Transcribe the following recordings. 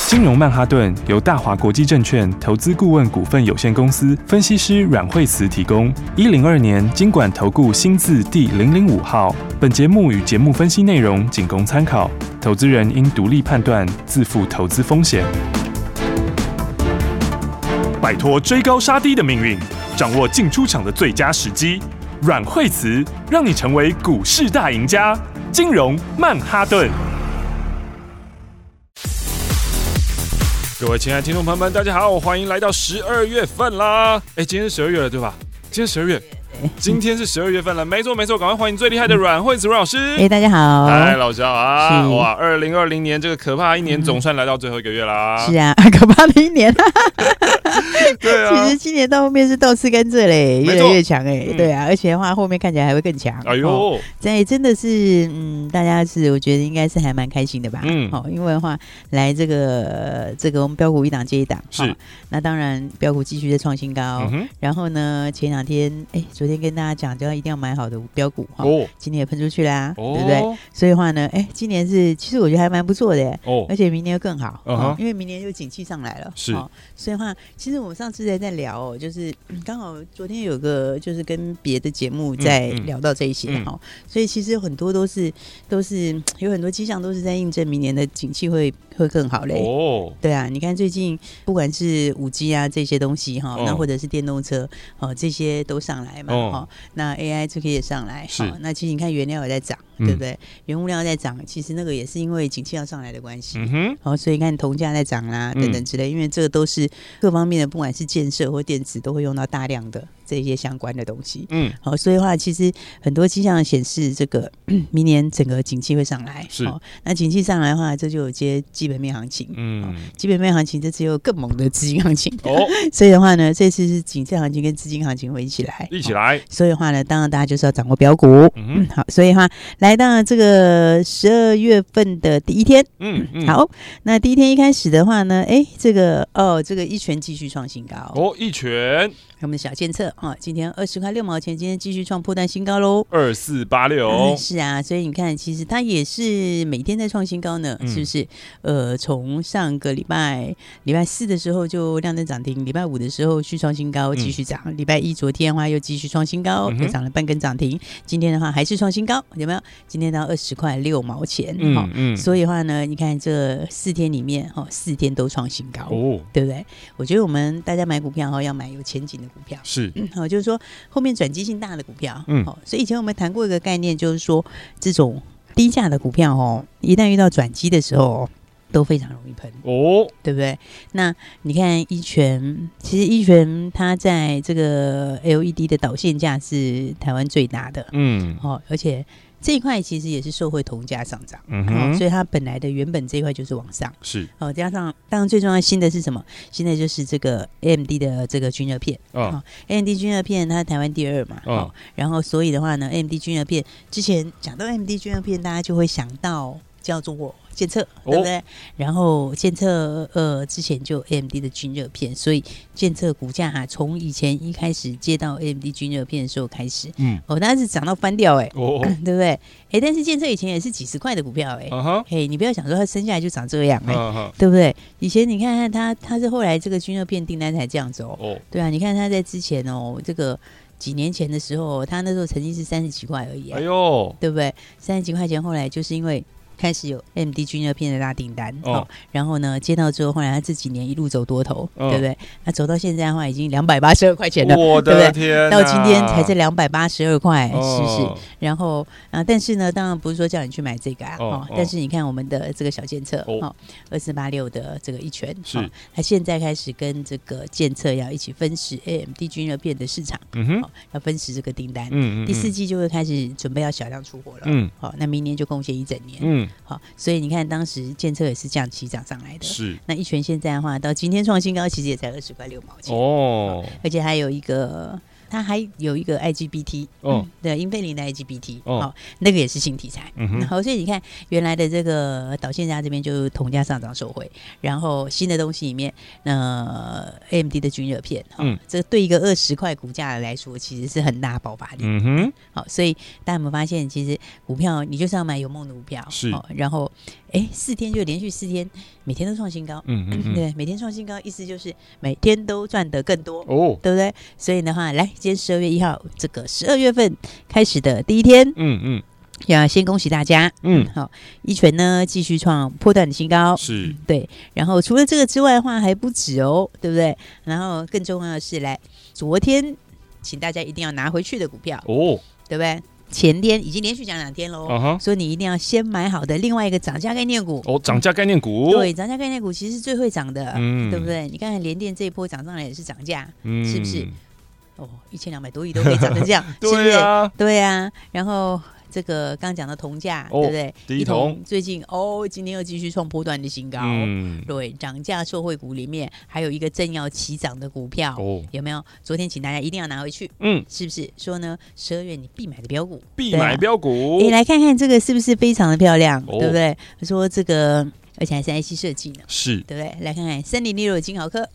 金融曼哈顿由大华国际证券投资顾问股份有限公司分析师阮惠慈提供。102年金管投顾新字第005号。本节目与节目分析内容仅供参考，投资人应独立判断，自负投资风险。摆脱追高杀低的命运，掌握进出场的最佳时机。阮惠慈让你成为股市大赢家。金融曼哈顿。各位亲爱的听众朋友们，大家好，欢迎来到12月份啦！今天是12月了，对吧？今天12月，今天是12月份了，没错没错，赶快欢迎最厉害的阮惠慈阮老师。 大家好， 嗨，老师好啊！哇，2020年这个可怕一年总算来到最后一个月啦。 是啊，可怕的一年。 对啊， 其实今年到后面是倒吃甘蔗嘞，越来越强对啊，而且的话后面看起来还会更强。 哎呦， 真的是大家是我觉得应该是还蛮开心的吧。因为的话来这个我们标股一档接一档， 是那当然标股继续在创新高。然后呢，前两天昨天跟大家讲，就要一定要买好的标股今年也喷出去啦，对不对？所以的话呢，今年是其实我觉得还蛮不错的而且明年又更好因为明年就景气上来了， 是所以的话，其实我们上次在聊就是刚好昨天有个就是跟别的节目在聊到这一些所以其实很多都是有很多迹象都是在印证明年的景气会更好嘞。对啊，你看最近不管是5G 啊这些东西那或者是电动车这些都上来嘛那 AI 这个也上来那其实你看原料也在涨，对不对？原物料在涨，其实那个也是因为景气要上来的关系所以你看铜价在涨啦等等之类，因为这个都是各方面的，不管是建设或电子都会用到大量的这些相关的东西所以的话其实很多迹象显示这个明年整个景气会上来那景气上来的话，这就有接基本面行情基本面行情这次有更猛的资金行情所以的话呢，这次是景气行情跟资金行情会一起来所以的话呢，当然大家就是要掌握标股好，所以的话来到这个12月份的第一天好，那第一天一开始的话呢这个一拳继续创新高一拳我们的小建策今天20块6毛钱，今天继续创破断新高喽 ，2486 是啊，所以你看其实它也是每天在创新高呢是不是从上个礼拜4的时候就亮灯涨停，礼拜5的时候续创新高继续涨礼拜1昨天的话又继续创新高又涨了半根涨停，今天的话还是创新高，有没有？今天到20块6毛钱所以的话呢，你看这4天里面4天都创新高对不对？我觉得我们大家买股票要买有前景的股票是就是说后面转机性大的股票所以以前我们谈过一个概念，就是说这种低价的股票一旦遇到转机的时候都非常容易喷对不对？那你看其实一拳它在这个 LED 的导线价是台湾最大的而且这一块其实也是受惠铜价上涨所以它本来的原本这一块就是往上是加上当然最重要的新的是什么？新的就是这个 AMD 的这个均热片AMD 均热片它台湾第2嘛然后所以的话呢 AMD 均热片之前讲到 AMD 均热片大家就会想到叫做建策对不对？然后建策之前就有 AMD 的均热片，所以建策股价从以前一开始接到 AMD 均热片的时候开始当然是涨到翻掉对不对？但是建策以前也是几十块的股票你不要想说它生下来就长这样对不对？以前你看看它是后来这个均热片订单才这样子对啊，你看它在之前这个几年前的时候，它那时候曾经是30几块而已对不对？30几块钱，后来就是因为开始有 AMD 均热片的大订单然后呢接到之后，后来他这几年一路走多头对不对？那走到现在的话已经282块钱了， 我的天到今天才在282块是不是？然后但是呢当然不是说叫你去买这个但是你看我们的这个小建策2486的这个一拳是他现在开始跟这个建策要一起分食 AMD 均热片的市场要分食这个订单第4季就会开始准备要小量出货了那明年就贡献一整年好，所以你看当时建策也是这样起涨上来的是那一拳现在的话到今天创新高其实也才20块6毛钱而且还有一个它还有一个 IGBT， 对，英飞凌的 IGBT， 那个也是新题材。然后所以你看，原来的这个导线家这边就铜价上涨受惠，然后新的东西里面，AMD 的均热片，这个对一个20块股价来说，其实是很大爆发力。好，所以大家有没有发现，其实股票你就是要买有梦的股票， 是， 然后4天就连续4天，每天都创新高，对，每天创新高，意思就是每天都赚得更多，对不对？所以的话，来，今天12月1号，这个12月份开始的第一天，要先恭喜大家，好，一拳呢继续创波段的新高， 是， 对。然后除了这个之外的话，还不止哦，对不对？然后更重要的是，来，昨天请大家一定要拿回去的股票，对不对？前天已经连续讲2天喽，所以你一定要先买好的另外一个涨价概念股。 涨价概念股， 对，涨价概念股其实是最会涨的，对不对？你看联电这一波涨上来也是涨价，是不是？1200多亿都可以涨成这样，是不是？对啊，然后这个刚讲的铜价，对不对？ 第一铜最近今天又继续创波段的新高，对，涨价受惠股里面还有一个正要起涨的股票，有没有？昨天请大家一定要拿回去，是不是？说呢，12月你必买的标股， 必买标股， 来看看这个是不是非常的漂亮，对不对？说这个。而且还是 IC 设计呢， 是， 对不对？来看看3006的金豪科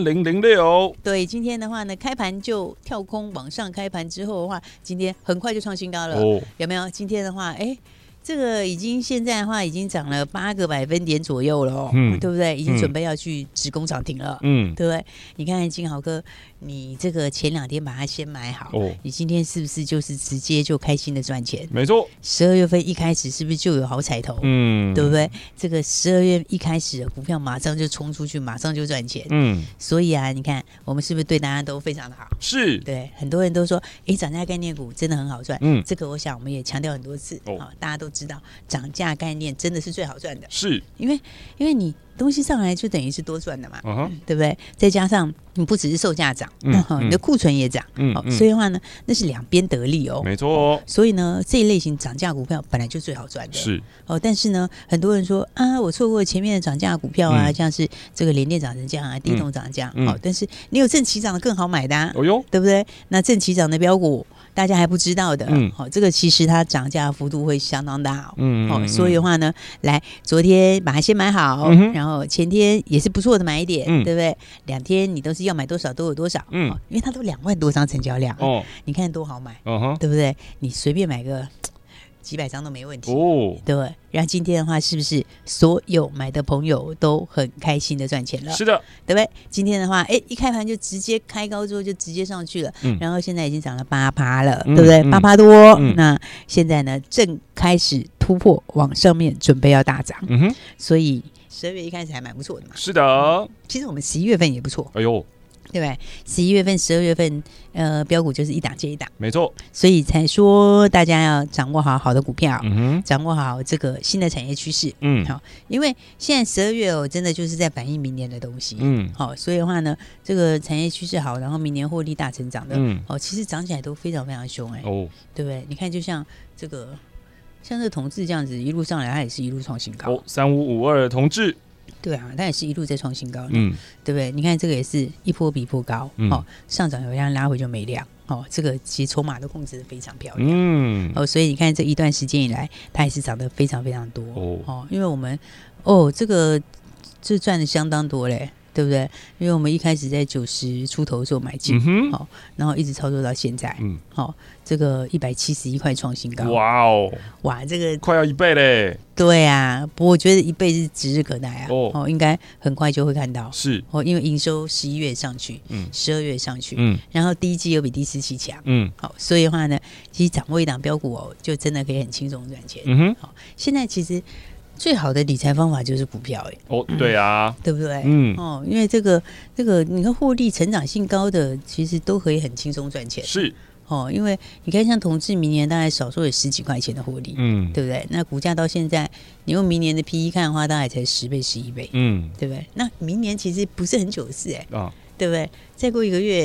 ，3006，对， 今天的话呢，开盘就跳空往上，开盘之后的话，今天很快就创新高了，有没有？今天的话，这个已经现在的话已经涨了8个百分点左右了，对不对？已经准备要去直攻涨停了，对不对？你看看金豪科，你这个前2天把它先买好，你今天是不是就是直接就开心的赚钱？ 没错 ，12月份一开始是不是就有好彩头？对不对？这个12月一开始的股票马上就冲出去，马上就赚钱，所以啊，你看我们是不是对大家都非常的好？ 是， 对，很多人都说，涨价概念股真的很好赚，这个我想我们也强调很多次，大家都知道涨价概念真的是最好赚的， 是因为你东西上来就等于是多赚的嘛，对不对？再加上你不只是售价涨，你的库存也涨，所以的话呢，那是两边得利哦， 没错。 所以呢，这一类型涨价股票本来就最好赚的， 是但是呢，很多人说啊，我错过前面的涨价股票啊，像是这个联电涨成这样啊，第一桶涨这样，但是你有正起涨的更好买的啊，对不对？那正起涨的标股大家还不知道的，这个其实它涨价幅度会相当大，所以的话呢，来昨天把它先买好，然后前天也是不错的买一点，对不对？2天你都是要买多少都有多少，因为它都2万多张成交量，你看多好买，对不对？你随便买个几百张都没问题，对不对？然后今天的话，是不是所有买的朋友都很开心的赚钱了？ 是的， 对不对？今天的话，一开盘就直接开高之后就直接上去了，然后现在已经涨了8%了，对不对？8%多，那现在呢正开始突破往上面，准备要大涨，所以12月一开始还蛮不错的嘛。 是的， 其实我们11月份也不错， 哎呦。 对不对？11月份、12月份，标股就是一档接一档， 没错。 所以才说大家要掌握好的股票，掌握好这个新的产业趋势，好，因为现在12月真的就是在反映明年的东西，好，所以的话呢，这个产业趋势好，然后明年获利大成长的，其实涨起来都非常非常凶，对不对？你看，就像这个同志这样子一路上来，它也是一路创新高 ，3552的同志。 对啊，它也是一路在创新高，对不对？你看这个也是一波比一波高，上涨有量拉回就没量，这个其实筹码都控制得非常漂亮，所以你看这一段时间以来，它也是涨得非常非常多，因为我们这赚的相当多嘞。对不对？因为我们一开始在90出头的时候买进，然后一直操作到现在，这个171块创新高，哇，这个快要1倍嘞！ 对啊，不过我觉得1倍是指日可待啊，应该很快就会看到， 是因为营收11月上去，12月上去，然后第一季又比第4季强，好，所以的话呢，其实掌握一档标股就真的可以很轻松赚钱，好，现在其实。最好的理财方法就是股票， 对啊， 对不对？因为这个你看获利成长性高的，其实都可以很轻松赚钱。 是因为你看像同志明年大概少说有10几块钱的获利，对不对？那股价到现在，你用明年的 PE 看的话，大概才10倍、11倍，对不对？那明年其实不是很久的事，对不对？再过1个月。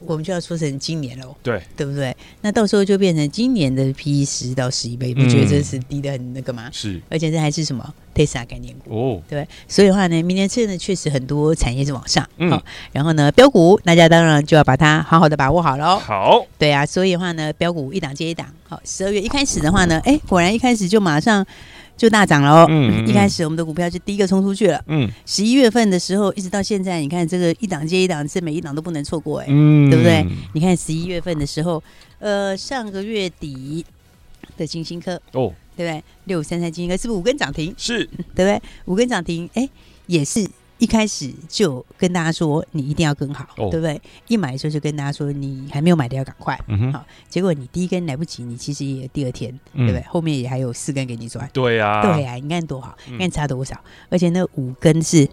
我们就要说成今年喽， 对不对？那到时候就变成今年的 PE 10到11倍，不觉得这是低的很那个吗？ 是， 而且这还是什么 Tesla 概念股哦， 对，所以的话呢，明年真的确实很多产业是往上，然后呢，标股大家当然就要把它好好的把握好喽。 好， 对啊，所以的话呢，标股一档接一档，好，12月一开始的话呢，果然一开始就马上就大涨了哦。一开始我们的股票就第一个冲出去了。11月份的时候一直到现在，你看这个一档接一档，这每一档都不能错过对不对？你看11月份的时候，上个月底的金星科哦，对不对？6533金星科是不是5根涨停？ 是， 对不对？5根涨停，也是。一开始就跟大家说你一定要跟好，对不对？一买的时候就跟大家说你还没有买的要赶快，好，结果你第一根来不及，你其实也第二天，对不对？后面也还有4根给你赚， 对啊， 对啊，你看多好，你看差多少？而且那5根是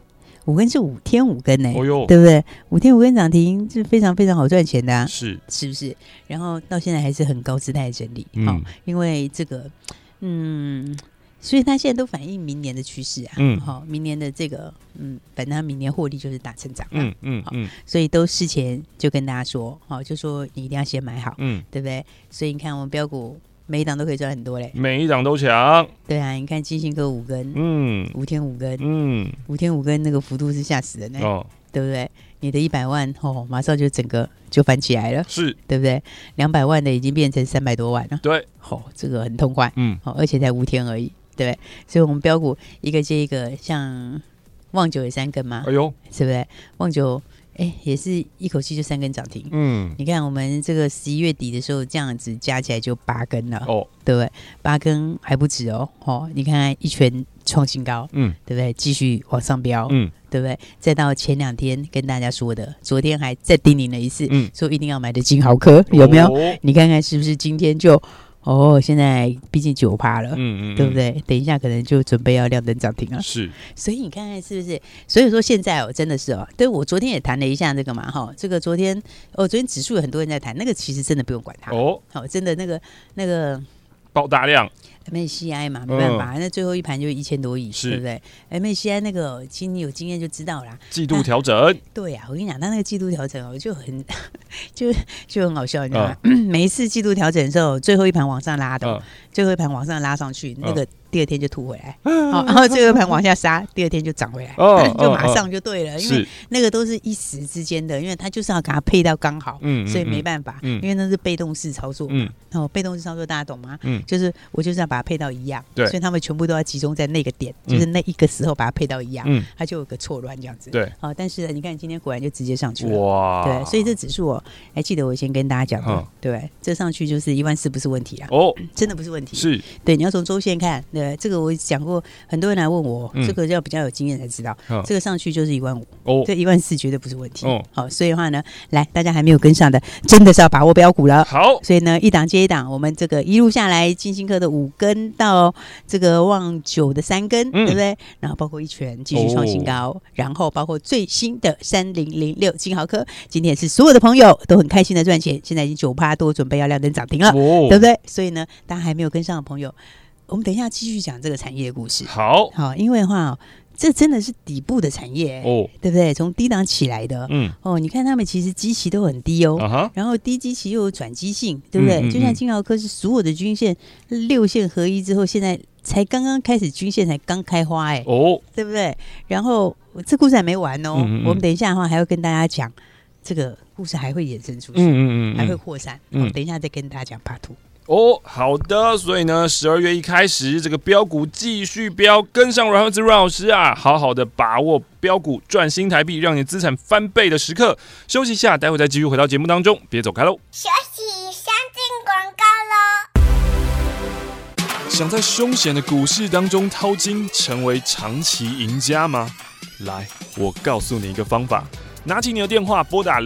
5天5根呢，对不对？5天5根涨停是非常非常好赚钱的啊，是不是？然后到现在还是很高姿态的整理，因为这个，所以它现在都反映明年的趋势啊，明年的这个，反正它明年获利就是大成长，所以都事前就跟大家说，就说你一定要先买好，对不对？所以你看我们标股每一档都可以赚很多嘞， 每一档都强，对啊，你看金星科5根，5天5根，5天5根那个幅度是吓死人呢，对不对？你的100万马上就整个就翻起来了，是对不对？200万的已经变成300多万了，对，这个很痛快，而且才5天而已。对，所以我们标股一个接一个，像旺九也3根嘛，哎呦，是不是？旺九也是一口气就3根涨停，你看我们这个11月底的时候这样子加起来就8根了，对不对？8根还不止哦，你看看一拳创新高，对不对？继续往上飙，对不对？再到前2天跟大家说的，昨天还再叮咛了一次，说一定要买的金豪科，有没有？你看看是不是今天就？现在毕竟9%了，对不对？等一下可能就准备要亮灯涨停了，是。所以你看看是不是？所以说现在真的是对我昨天也谈了一下这个嘛，这个昨天指数有很多人在谈，那个其实真的不用管它，真的那个爆大量。 MSCI 嘛，没办法，那最后一盘就1000多亿，对不对 ？MSCI 那个，其实你有经验就知道啦。 季度调整， 对呀，我跟你讲，他那个季度调整就很很好笑，你知道吗？每一次季度调整的时候，最后一盘往上拉的，最后一盘往上拉上去，那个第二天就吐回来，然后最后一盘往下杀，第二天就涨回来，就马上就对了，因为那个都是一时之间的，因为他就是要给它配到刚好，所以没办法，因为那是被动式操作嘛。被动式操作大家懂吗？就是我就是要把它配到一样，所以他们全部都要集中在那个点，就是那一个时候把它配到一样，它就有个错乱这样子。对，但是你看今天果然就直接上去了，哇！对，所以这指数还记得我先跟大家讲的，对，这上去就是14000不是问题啊，真的不是问题。是，对，你要从周线看，对，这个我讲过，很多人来问我，这个要比较有经验才知道，这个上去就是15000，这14000绝对不是问题。好，所以的话呢，来，大家还没有跟上的，真的是要把握标股了。好，所以呢，一档接一档，我们这个一路下来，金星科的5根到这个旺9的3根，对不对？然后包括一拳继续创新高，然后包括最新的3006金豪科，今天也是所有的朋友都很开心的赚钱，现在已经9%多，准备要亮灯涨停了，对不对？所以呢，大家还没有跟上的朋友，我们等一下继续讲这个产业的故事。好，因为的话，这真的是底部的产业对不对？从低档起来的，你看他们其实基期都很低然后低基期又有转机性，对不对？就像金豪科是所有的均线6线合一之后，现在才刚刚开始，均线才刚开花对不对？然后这故事还没完我们等一下的话还要跟大家讲，这个故事还会衍生出去，还会扩散。等一下再跟大家讲Part 2。 好的，所以呢，12月一开始，这个标股继续飙，跟上阮慧慈阮老师啊，好好的把握标股赚新台币，让你资产翻倍的时刻。休息一下，待会再继续回到节目当中，别走开喽。 休息，先进广告喽。 想在凶险的股市当中淘金，成为长期赢家吗？来，我告诉你一个方法。拿起你的电话，拨打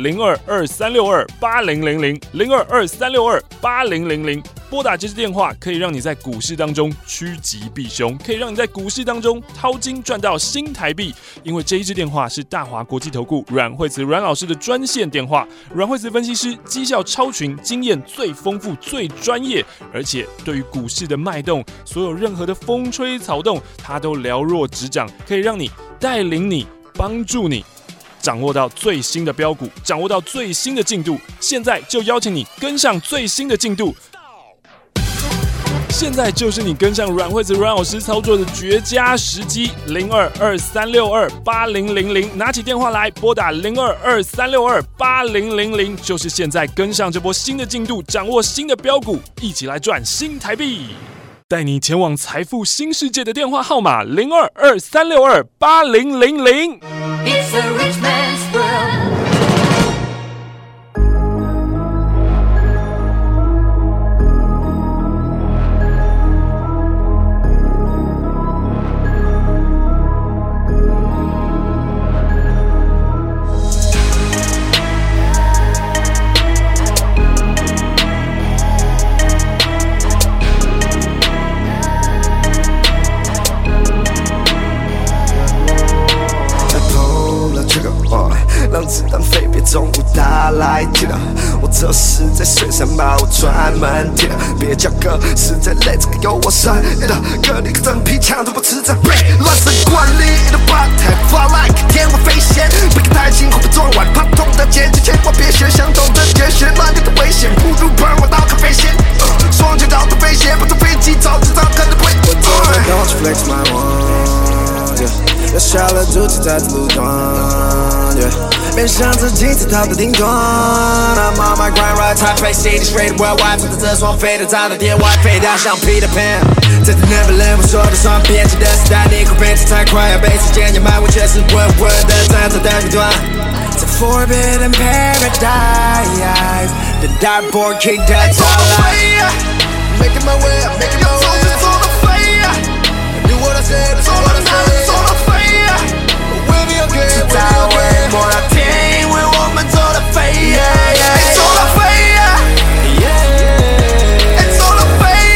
0223628000，0223628000，拨打这支电话可以让你在股市当中趋吉避凶，可以让你在股市当中淘金赚到新台币。因为这一支电话是大华国际投顾阮慧慈阮老师的专线电话，阮慧慈分析师绩效超群，经验最丰富、最专业，而且对于股市的脉动，所有任何的风吹草动，他都了若指掌，可以让你带领你、帮助你。 掌握到最新的标股，掌握到最新的进度。现在就邀请你跟上最新的进度。现在就是你跟上阮惠子阮老师操作的绝佳时机，0223628000，拿起电话来拨打0223628000，就是现在跟上这波新的进度，掌握新的标股，一起来赚新台币。带你前往财富新世界的电话号码0223628000。 It's a rich man's world. 中午打来听了，我这是在水上把我专门听了，别叫哥，实在累，这个有我生的哥，你个真皮枪都不吃这背，乱神惯例的吧台 ，fly like 天外飞仙，不敢太轻，会被撞歪，怕痛的结局，千万别学，相同的绝学，乱流的危险，不如喷我到咖啡线，双脚找的飞鞋，不坐飞机早知道可能会。Don't you flex my one， 要下了主题在路段，别想自己在逃的顶端。I'm on my grind right， 台北 City straight worldwide， 坐在这双飞的站的天外，飞到像 Peter Pan。在 Neverland， 我说的算编辑的时代，你会变得太快，要被时间掩埋，我却是稳稳的站在的顶端。在 Forbidden Paradise， the Dartboard King 的潮来。Making my way， making my way， 走到飞，do what I said， 走到哪里走到飞，We'll be okay， 直到微末那天，因为我们走到飞，走到飞，走到飞，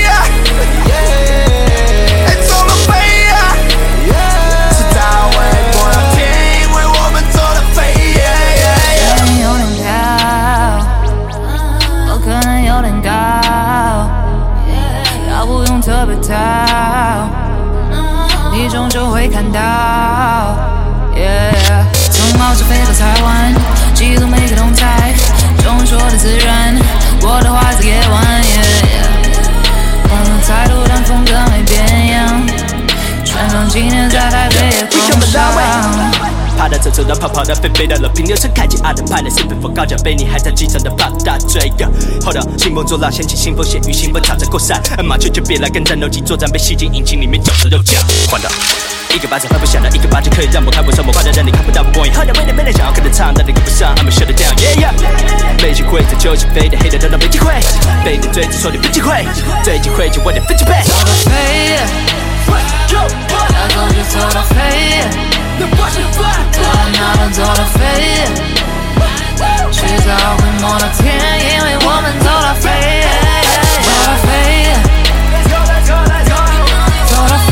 走到飞，直到微末那天，因为我们走到飞。 可能有点高，我可能有点高。要不用特别逃，你终究会看到。Yeah， 从澳洲飞到台湾，记录每个动态，中文说的自然，我的话在夜晚。我的态度但风格没变样，传统纪念在台北夜空上。 爬的、走走的、跑跑的、飞飞的，平流车开启阿的派的，是奔赴高脚杯，你还在机场的八大追个。Hold up， 兴风作浪，掀起腥风血雨，兴奋插着过山，马雀就别来跟战斗机作战，被吸进引擎里面绞着肉酱。换到一个巴掌拍不响的，一个巴掌可以让我看不上，我快的让你看不到我光影。喝点味的没人想要跟着唱，但你跟不上 ，I'm shut it down，yeah yeah。没机会在球场飞的黑的都当没机会，被你追着说你没机会，最机会就晚点分几倍。 走到飞，要走就走到飞。走到哪都走到飞，迟早会摸到天，因为我们走到飞，走到飞，走到飞，走到飞，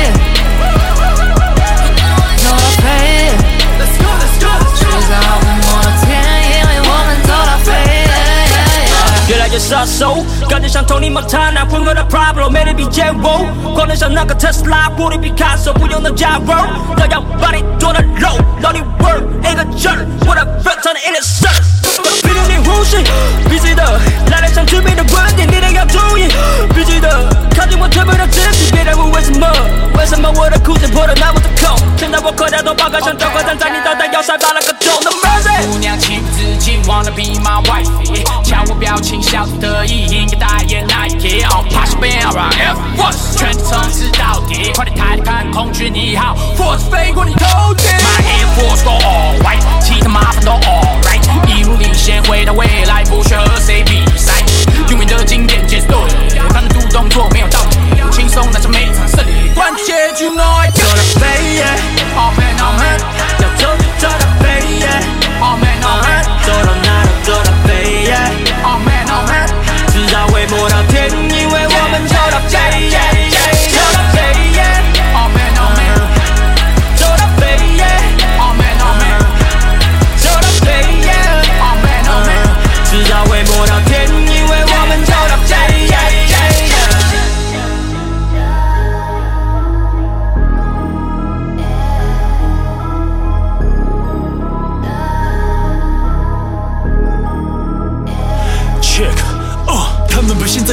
迟早会摸到天，因为我们走到飞。越来越杀手，感觉像 Tony Montana， 混合的 Pablo， 没人比见我，光能像那个特斯拉，玻璃皮卡手，不用的加油，要把你做的肉，让你 work 一个劲儿，我的 friend 唱的 in the sun， 必须你呼吸，必须的，来得像致命的问题，你得要注意，必须的，靠近我特别的自己，别再问为什么，为什么我的裤子破得那么的空，现在我口袋都爆开，像交快站在你脑袋要塞把那个洞的 mercy， 姑娘欺负自己 wanna be my wife， 瞧我表情笑得得意，应该代言 Nike， 怕是变 Air Force， 全体冲刺到底，快点抬头看空军1号 ，Force 飞过你头顶 ，My Air Force 都 all white， 其他麻烦都 all right， 一路领先回到未来，不需和谁比赛，永远的经典节奏，我看得读动作没有道理，轻松拿下每场胜利，关键 you know I got it， 飞 ，Oh man oh man， 要走就走到飞 ，Oh man oh man， 走到哪都走到飞 ，Oh man oh man， 迟早会摸到天，因为我们走到飞，走到飞 ，Oh man oh man， 走到飞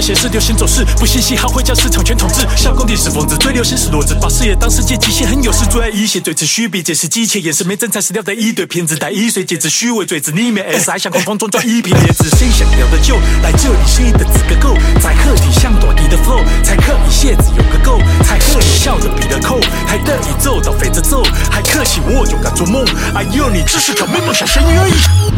显示流行走势，不信息号会将市场全统治。像工地是疯子，最流行是骡子，把视野当世界极限，很有事最爱一些，最持虚比解释机械，掩饰没真材实料的一堆骗子，带一水戒指虚伪嘴子，里面 S 还想狂风中转一瓶椰子，谁想要的就来这里，谁的资格够，在客体像短笛的 flow， 才可以谢子有个够，才可以笑着比的扣，还得以奏到飞着奏，还可惜我就敢做梦，哎呦你只是条没梦想咸鱼而已。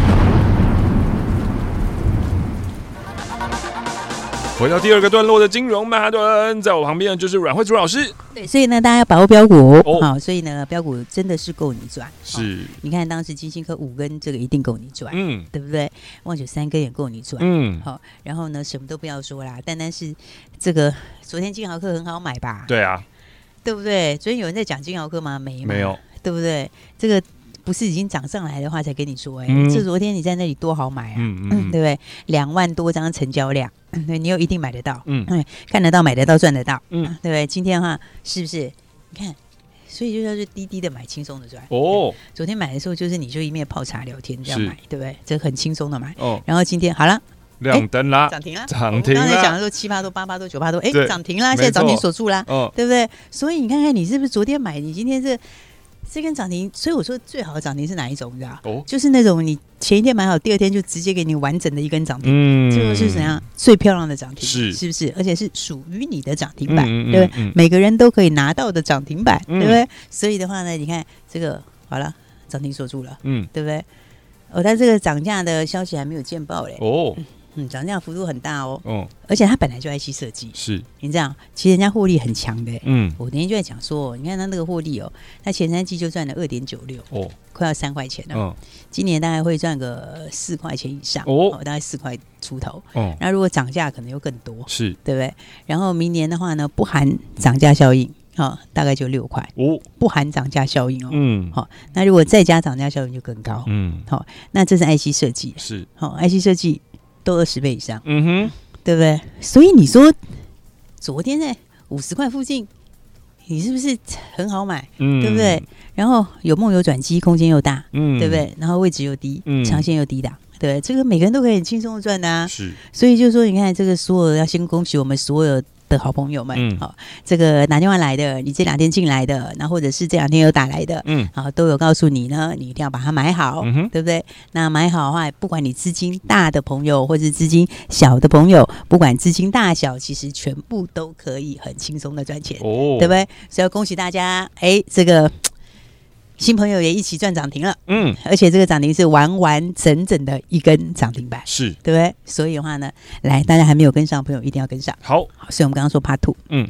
回到第二个段落的金融曼哈顿，在我旁边的就是阮慧珠老师。 对，所以呢，大家要把握标股好，所以呢，标股真的是够你赚。 是， 你看当时金星科5根，这个一定够你赚，对不对？旺九3根也够你赚，好，然后呢，什么都不要说啦，单是这个昨天金豪科很好买吧？ 对啊， 对不对？昨天有人在讲金豪科吗？没有，对不对？这个。不是已经涨上来的话才跟你说这昨天你在那里多好买啊，对不对？2万多张成交量，对，你又一定买得到，看得到、买得到、赚得到，对不对？今天的话是不是？你看，所以就要是低低的买，轻松的赚。昨天买的时候就是你就一面泡茶聊天这样买，对不对？这很轻松的买。然后今天好了。 亮灯啦， 涨停啦！ 涨停啦！ 刚才讲的说7%多、8%多、9%多，涨停啦！现在涨停锁住啦，对不对？所以你看看你是不是昨天买，你今天这根涨停，所以我说最好的涨停是哪一种？你知道？就是那种你前一天买好，第二天就直接给你完整的一根涨停，这个是怎样最漂亮的涨停？是不是？而且是属于你的涨停板，对不对？每个人都可以拿到的涨停板，对不对？所以的话呢，你看这个好了，涨停锁住了，对不对？但这个涨价的消息还没有见报嘞，涨价幅度很大而且它本来就IC设计， 是你这样，其实人家获利很强的，我那天就在讲说，你看它那个获利它前3季就赚了2.96，快要3块钱了，今年大概会赚个4块钱以上，大概4块出头，那如果涨价可能又更多， 是对不对？然后明年的话呢，不含涨价效应，大概就6块，不含涨价效应那如果再加涨价效应就更高，那这是 IC 设计， 是 IC 设计。都20倍以上，对不对？所以你说昨天在50块附近，你是不是很好买？对不对？然后有梦有转机，空间又大，对不对？然后位置又低，长线又低档，对，这个每个人都可以很轻松的赚的啊。是，所以就是说，你看这个所有要先恭喜我们所有的好朋友们，这个打电话来的，你这2天进来的，那或者是这2天有打来的，都有告诉你呢，你一定要把它买好，对不对？那买好的话，不管你资金大的朋友或是资金小的朋友，不管资金大小，其实全部都可以很轻松的赚钱，对不对？所以要恭喜大家，这个。新朋友也一起赚涨停了，而且这个涨停是完完整整的一根涨停板， 是对不对？所以的话呢，来，大家还没有跟上的朋友一定要跟上。好，所以我们刚刚说 Part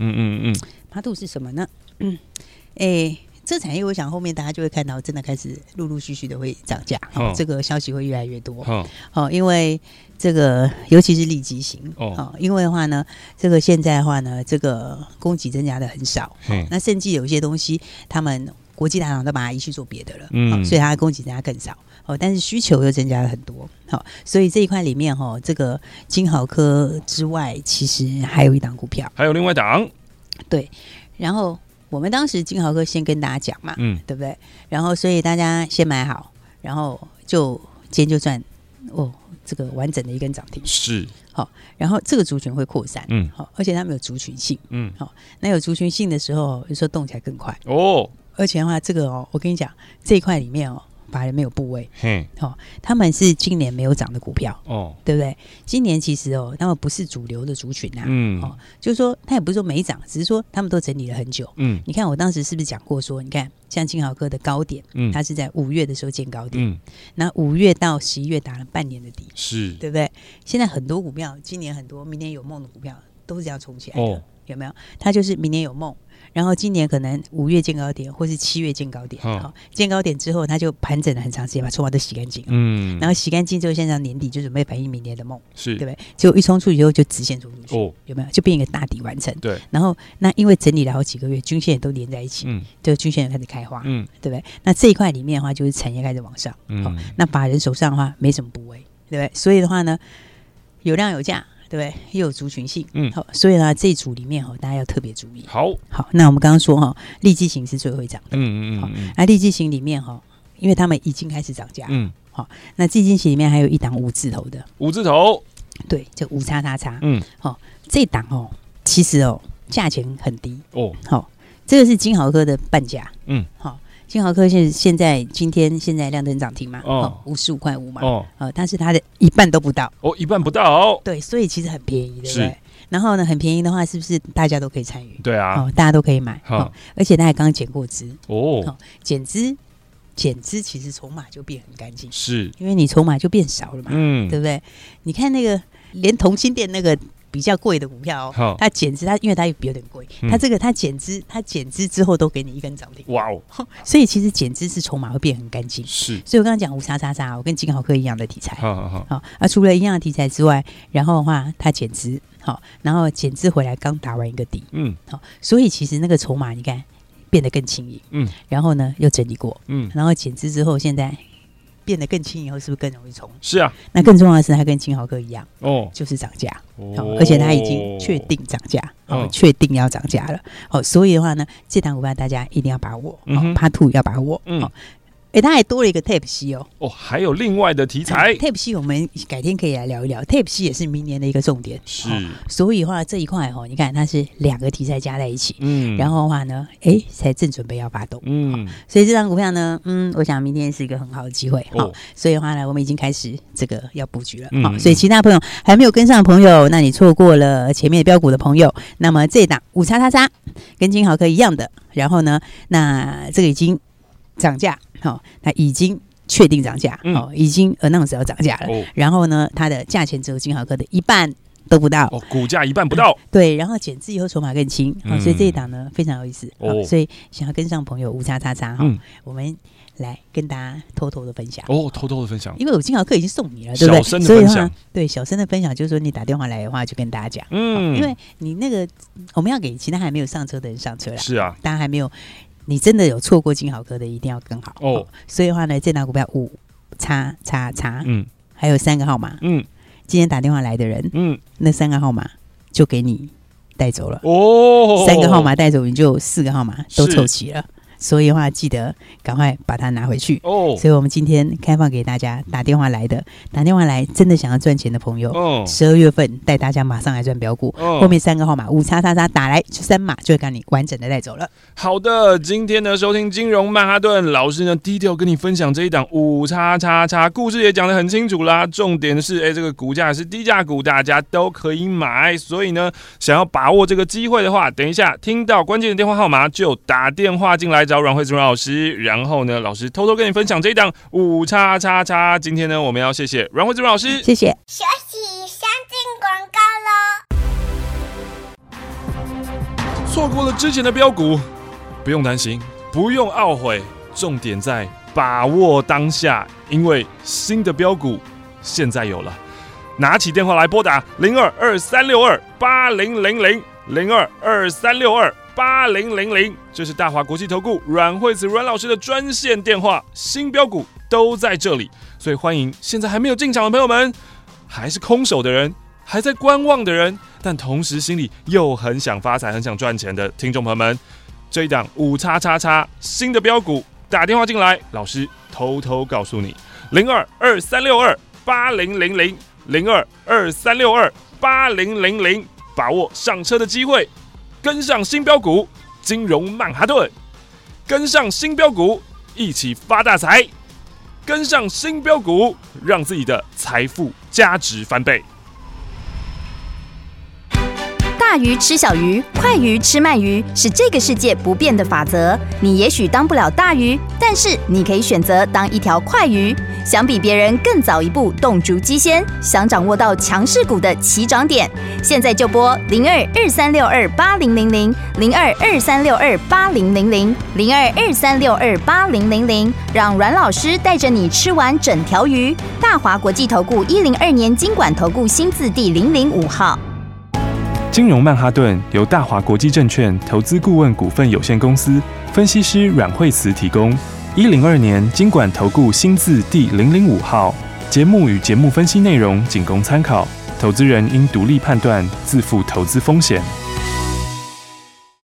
2，Part 2是什么呢？这产业我想后面大家就会看到，真的开始陆陆续续的会涨价，这个消息会越来越多，因为这个尤其是利基型，因为的话呢，这个现在的话呢，这个供给增加的很少，那甚至有一些东西他们。国际大厂都把它移去做别的了，所以它的供给增加更少，但是需求又增加了很多，所以这一块里面这个金豪科之外，其实还有一档股票， 还有另外一档，对。 然后我们当时金豪科先跟大家讲嘛，对不对？然后所以大家先买好，然后就今天就赚这个完整的一根涨停， 是好。然后这个族群会扩散，而且他们有族群性，那有族群性的时候，有时候动起来更快而且的话，这个我跟你讲，这一块里面法人没有部位，他们是今年没有涨的股票，对不对？今年其实他们不是主流的族群啊，就是说他也不是说没涨，只是说他们都整理了很久。你看我当时是不是讲过说，你看像金豪科的高点，它是在5月的时候见高点，那5月到11月打了半年的底，是对不对？现在很多股票，今年很多明年有梦的股票都是这样冲起来的，有没有？它就是明年有梦。然后今年可能5月见高点，或是7月见高点，见高点之后，它就盘整了很长时间，把筹码都洗干净，然后洗干净之后，现在年底就准备反映明年的梦，是对不对？结果一冲出去以后就直线冲出去，有没有？就变一个大底完成。对，然后那因为整理了好几个月，均线也都连在一起，这个均线也开始开花，对不对？那这一块里面的话，就是产业开始往上，那法人手上的话没什么部位，对不对？所以的话呢，有量有价。对不对？又有族群性，好，所以呢，这一组里面大家要特别注意。好，那我们刚刚说利基型是最会涨的，好，那利基型里面因为他们已经开始涨价，好，那基金型里面还有一档5字头的，5字头， 对，就5叉叉叉。这档其实价钱很低这个是金豪科的半价。金豪科现在今天亮灯涨停嘛，55.5块嘛，但是它的一半都不到一半不到， 对，所以其实很便宜，对不对？然后呢，很便宜的话，是不是大家都可以参与？ 对啊， 大家都可以买，而且它还刚减过资减资其实筹码就变很干净，是因为你筹码就变少了嘛，对不对？你看那个连同心店那个比较贵的股票它减资，因为它有点贵，它减资之后都给你一根涨停，哇哦！所以其实减资是筹码会变很干净，是。所以我刚刚讲5叉叉叉，我跟金豪科一样的题材，除了一样的题材之外，然后的话它减资，然后减资回来刚打完一个底，所以其实那个筹码你看变得更轻盈，然后呢又整理过，然后减资之后现在变得更轻以后，是不是更容易冲？是啊。那更重要的是，它跟金豪科一样，就是涨价，而且它已经确定涨价，确定要涨价了。所以的话呢，这档股票大家一定要把握，Part 2要把握。它还多了一个 Type C 还有另外的题材。 Type C 我们改天可以来聊一聊。Type C 也是明年的一个重点，是。所以的话这一块你看它是2个题材加在一起，然后的话呢，才正准备要发动，所以这张股票呢，我想明天是一个很好的机会，所以的话呢，我们已经开始这个要布局了，所以其他朋友还没有跟上的朋友，那你错过了前面的标股的朋友，那么这一档5叉叉叉跟金豪科一样的，然后呢，那这个已经涨价。它已经确定涨价，已经announce要涨价了。然后呢，它的价钱只有金豪科的一半都不到， 股价一半不到。 对，然后减资以后筹码更轻，所以这一档呢非常有意思。所以想要跟上朋友5叉叉叉我们来跟大家偷偷的分享偷偷的分享， 因为我金豪科已经送你了，对不对？ 小声的分享， 对，小声的分享就是说你打电话来的话就跟大家讲，因为你那个我们要给其他还没有上车的人上车啦，是啊，大家还没有。你真的有错过金豪科的，一定要跟好所以的话呢，这档股票5叉叉叉，还有3个号码，今天打电话来的人，那3个号码就给你带走了3个号码带走，你就4个号码都凑齐了。所以的话，记得赶快把它拿回去所以我们今天开放给大家打电话来真的想要赚钱的朋友，12月份带大家马上来赚标股后面3个号码5叉叉叉打来3码就会把你完整的带走了。 好的，今天呢收听金融曼哈顿，老师呢低调跟你分享这一档5叉叉叉，故事也讲得很清楚啦，重点是这个股价是低价股，大家都可以买，所以呢想要把握这个机会的话，等一下听到关键的电话号码就打电话进来找阮慧慈阮老师，然后呢老师偷偷跟你分享这一档5叉叉叉。今天呢我们要谢谢阮慧慈阮老师， 谢谢。 休息相进广告咯。 错过了之前的标股不用担心，不用懊悔，重点在把握当下，因为新的标股现在有了。拿起电话来拨打0223628000，0223628000，这是大华国际投顾阮慧慈阮老师的专线电话，新标股都在这里，所以欢迎现在还没有进场的朋友们，还是空手的人，还在观望的人，但同时心里又很想发财很想赚钱的听众朋友们，这一档5叉叉叉新的标股打电话进来，老师偷偷告诉你0223628000，0223628000，把握上车的机会，跟上新标股，金融曼哈顿，跟上新标股，一起发大财，跟上新标股，让自己的财富价值翻倍。 大鱼吃小鱼，快鱼吃慢鱼，是这个世界不变的法则。你也许当不了大鱼，但是你可以选择当一条快鱼。想比别人更早一步动足机先，想掌握到强势股的起涨点，现在就拨0223628000，0223628000，0223628000，让阮老师带着你吃完整条鱼。大华国际投顾102年金管投顾新字第005号。 金融曼哈顿由大华国际证券投资顾问股份有限公司分析师阮慧慈提供。102年金管投顾新字第005号。节目与节目分析内容仅供参考，投资人应独立判断，自负投资风险。